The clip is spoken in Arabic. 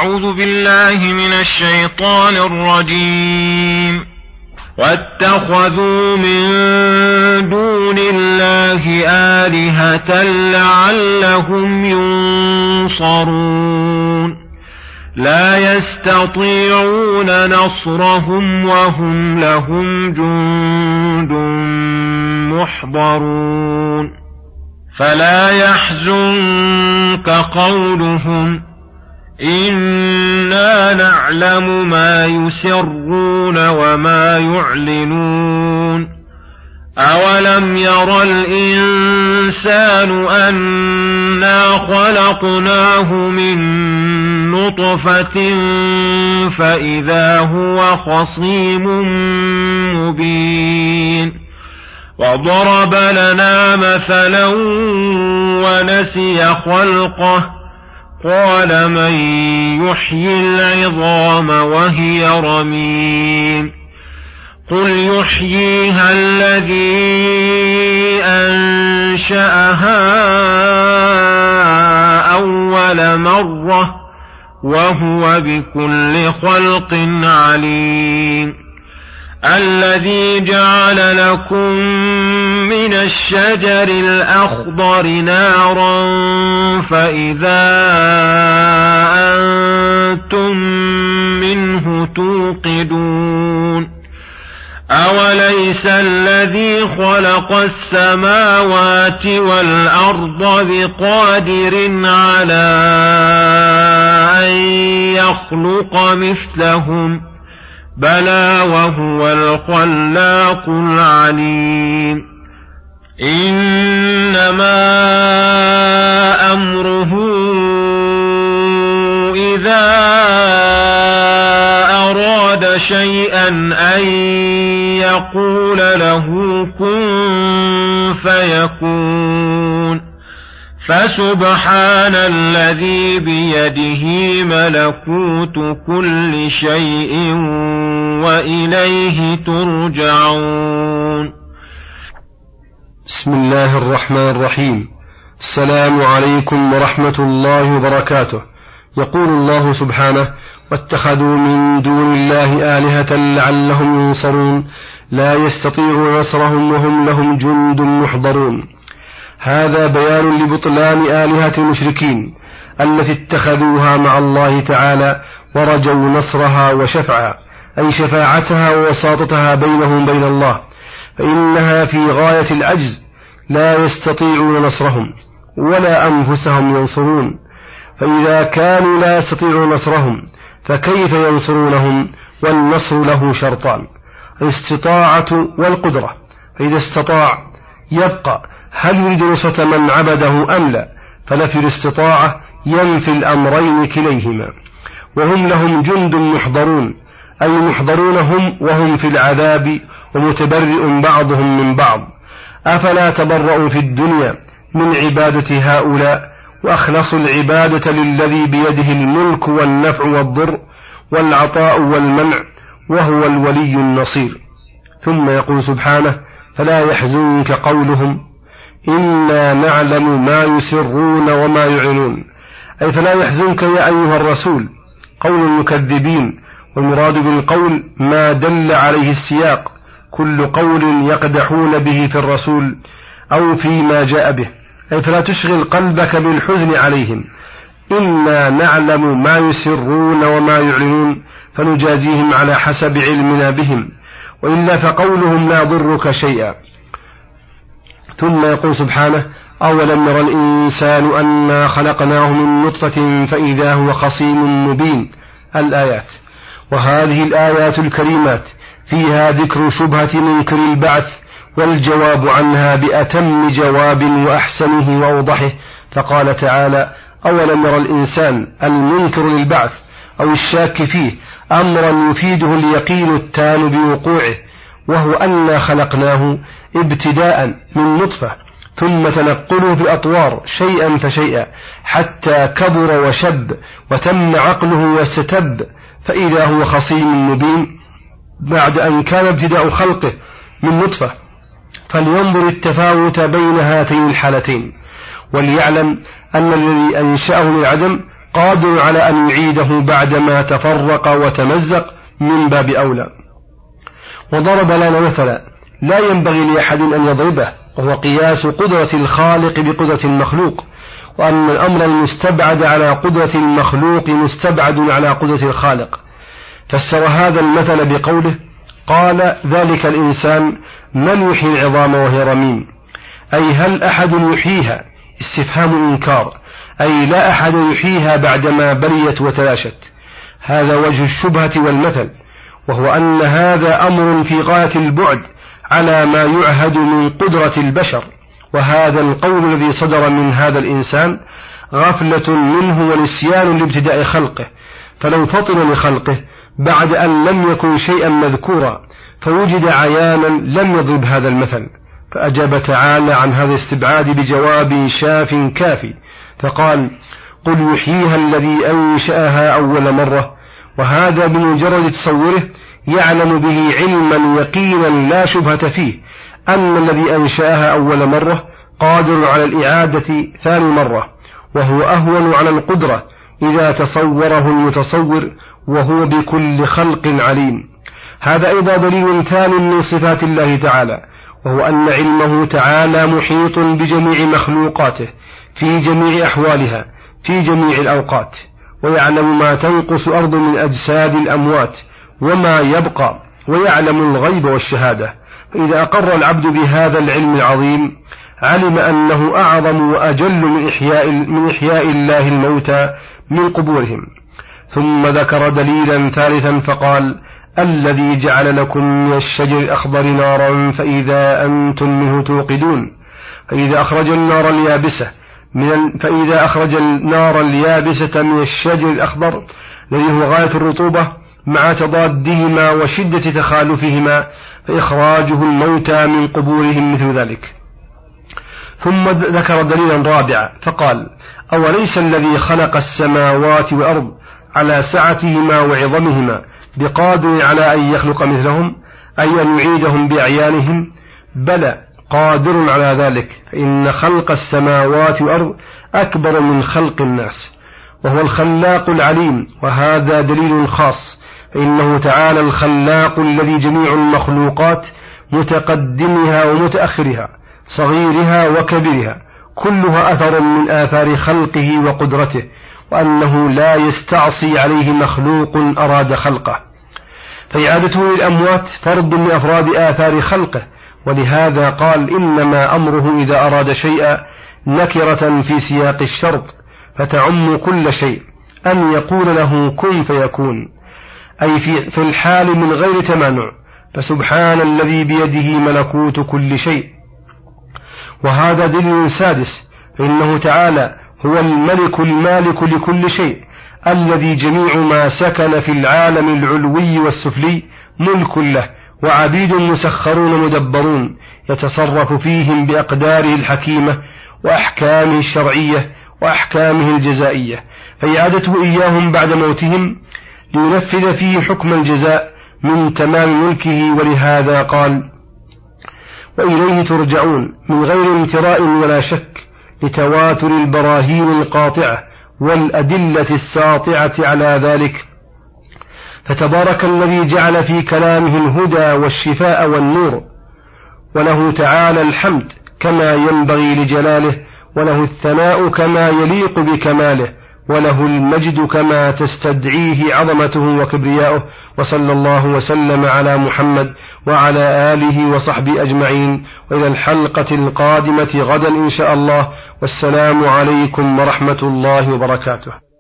أعوذ بالله من الشيطان الرجيم. واتخذوا من دون الله آلهة لعلهم ينصرون لا يستطيعون نصرهم وهم لهم جند محضرون فلا يحزنك قولهم إنا نعلم ما يسرون وما يعلنون أولم ير الإنسان أنا خلقناه من نطفة فإذا هو خصيم مبين وضرب لنا مثلا ونسي خلقه قال من يحيي العظام وهي رميم قل يحييها الذي أنشأها أول مرة وهو بكل خلق عليم الذي جعل لكم من الشجر الأخضر نارا فإذا أنتم منه توقدون أوليس الذي خلق السماوات والأرض بقادر على أن يخلق مثلهم بلى وهو الخلاق العليم إنما أمره إذا أراد شيئا أن يقول له كن فيكون فسبحان الذي بيده ملكوت كل شيء وإليه ترجعون. بسم الله الرحمن الرحيم. السلام عليكم ورحمة الله وبركاته. يقول الله سبحانه واتخذوا من دون الله آلهة لعلهم ينصرون لا يستطيعون نصرهم وهم لهم جند محضرون. هذا بيان لبطلان آلهة المشركين التي اتخذوها مع الله تعالى ورجوا نصرها وشفعها أي شفاعتها ووساطتها بينهم بين الله فإنها في غاية العجز لا يستطيعون نصرهم ولا أنفسهم ينصرون فإذا كانوا لا يستطيعون نصرهم فكيف ينصرونهم والنصر له شرطان الاستطاعة والقدرة فإذا استطاع يبقى هل يريد نصرة من عبده أم لا فنفي الاستطاعة ينفي الأمرين كليهما وهم لهم جند محضرون أي محضرون هم وهم في العذاب ومتبرئ بعضهم من بعض أفلا تبرؤوا في الدنيا من عبادة هؤلاء وأخلصوا العبادة للذي بيده الملك والنفع والضر والعطاء والمنع وهو الولي النصير. ثم يقول سبحانه فلا يحزنك قولهم إنا نعلم ما يسرون وما يعلنون أي فلا يحزنك يا أيها الرسول قول المكذبين والمراد بالقول ما دل عليه السياق كل قول يقدحون به في الرسول أو فيما جاء به أي فلا تشغل قلبك بالحزن عليهم إنا نعلم ما يسرون وما يعلنون فنجازيهم على حسب علمنا بهم وإلا فقولهم لا ضرك شيئا. ثم يقول سبحانه أولم ير الإنسان أنا خلقناه من نطفة فإذا هو خصيم مبين الآيات. وهذه الآيات الكريمات فيها ذكر شبهة منكر البعث والجواب عنها بأتم جواب وأحسنه وأوضحه فقال تعالى أولم ير الإنسان المنكر للبعث أو الشاك فيه أمرا يفيده اليقين التام بوقوعه وهو أن خلقناه ابتداء من نطفة ثم تنقله في الأطوار شيئا فشيئا حتى كبر وشب وتم عقله واستتب فإذا هو خصيم مبين بعد أن كان ابتداء خلقه من نطفة. فلينظر التفاوت بين هاتين الحالتين وليعلم أن الذي أنشأه من العدم قادر على أن يعيده بعدما تفرق وتمزق من باب أولى. وضرب لنا مثلا لا ينبغي لأحد أن يضربه، وهو قياس قدرة الخالق بقدرة المخلوق، وأن الأمر المستبعد على قدرة المخلوق مستبعد على قدرة الخالق. فسر هذا المثل بقوله: قال ذلك الإنسان من يحيي العظام وهي رميم، أي هل أحد يحييها؟ استفهام إنكار، أي لا أحد يحييها بعدما بليت وتلاشت. هذا وجه الشبهة والمثل، وهو أن هذا أمر في غاية البعد على ما يعهد من قدرة البشر، وهذا القول الذي صدر من هذا الإنسان غفلة منه ونسيان لابتداء خلقه، فلو فطن لخلقه بعد أن لم يكن شيئا مذكورا فوجد عيانا لم يضرب هذا المثل. فأجاب تعالى عن هذا الاستبعاد بجواب شاف كافي، فقال: قل يحييها الذي أنشأها أول مرة. وهذا بمجرد تصوره يعلم به علما يقينا لا شبهة فيه أن الذي أنشأها أول مرة قادر على الإعادة ثاني مرة، وهو أهون على القدرة إذا تصوره المتصور، وهو بكل خلق عليم. هذا أيضا دليل ثان من صفات الله تعالى، وهو أن علمه تعالى محيط بجميع مخلوقاته في جميع أحوالها في جميع الأوقات، ويعلم ما تنقص أرض من أجساد الأموات وما يبقى، ويعلم الغيب والشهادة. فإذا أقر العبد بهذا العلم العظيم علم أنه أعظم وأجل من إحياء الله الموتى من قبورهم. ثم ذكر دليلا ثالثا فقال: الذي جعل لكم من الشجر الأخضر نارا فإذا أنتم منه توقدون. فإذا أخرج النار اليابسة من الشجر الأخضر الذي هو غاية الرطوبة مع تضادهما وشدة تخالفهما فإخراجه الموتى من قبورهم مثل ذلك. ثم ذكر دليلا رابعا فقال: أوليس الذي خلق السماوات والأرض على سعتهما وعظمهما بقادر على أن يخلق مثلهم، أي أن يعيدهم بأعيانهم؟ بلى، قادر على ذلك، فإن خلق السماوات والأرض أكبر من خلق الناس، وهو الخلاق العليم. وهذا دليل خاص، فإنه تعالى الخلاق الذي جميع المخلوقات متقدمها ومتأخرها صغيرها وكبيرها كلها أثر من آثار خلقه وقدرته، وأنه لا يستعصي عليه مخلوق أراد خلقه. فإعادته للأموات فرد من أفراد آثار خلقه، ولهذا قال: إنما أمره إذا أراد شيئا نكرة في سياق الشرط فتعم كل شيء، أن يقول له كن فيكون، أي في الحال من غير تمانع. فسبحان الذي بيده ملكوت كل شيء. وهذا دليل سادس، فإنه تعالى هو الملك المالك لكل شيء، الذي جميع ما سكن في العالم العلوي والسفلي ملك له، وعبيد مسخرون مدبرون يتصرف فيهم بأقداره الحكيمة وأحكامه الشرعية وأحكامه الجزائية. فإعادته إياهم بعد موتهم لينفذ فيه حكم الجزاء من تمام ملكه. ولهذا قال: وإليه ترجعون، من غير امتراء ولا شك، لتواتر البراهين القاطعة والأدلة الساطعة على ذلك. فتبارك الذي جعل في كلامه الهدى والشفاء والنور، وله تعالى الحمد كما ينبغي لجلاله، وله الثناء كما يليق بكماله، وله المجد كما تستدعيه عظمته وكبرياؤه. وصلى الله وسلم على محمد وعلى آله وصحبه أجمعين، وإلى الحلقة القادمة غدا إن شاء الله، والسلام عليكم ورحمة الله وبركاته.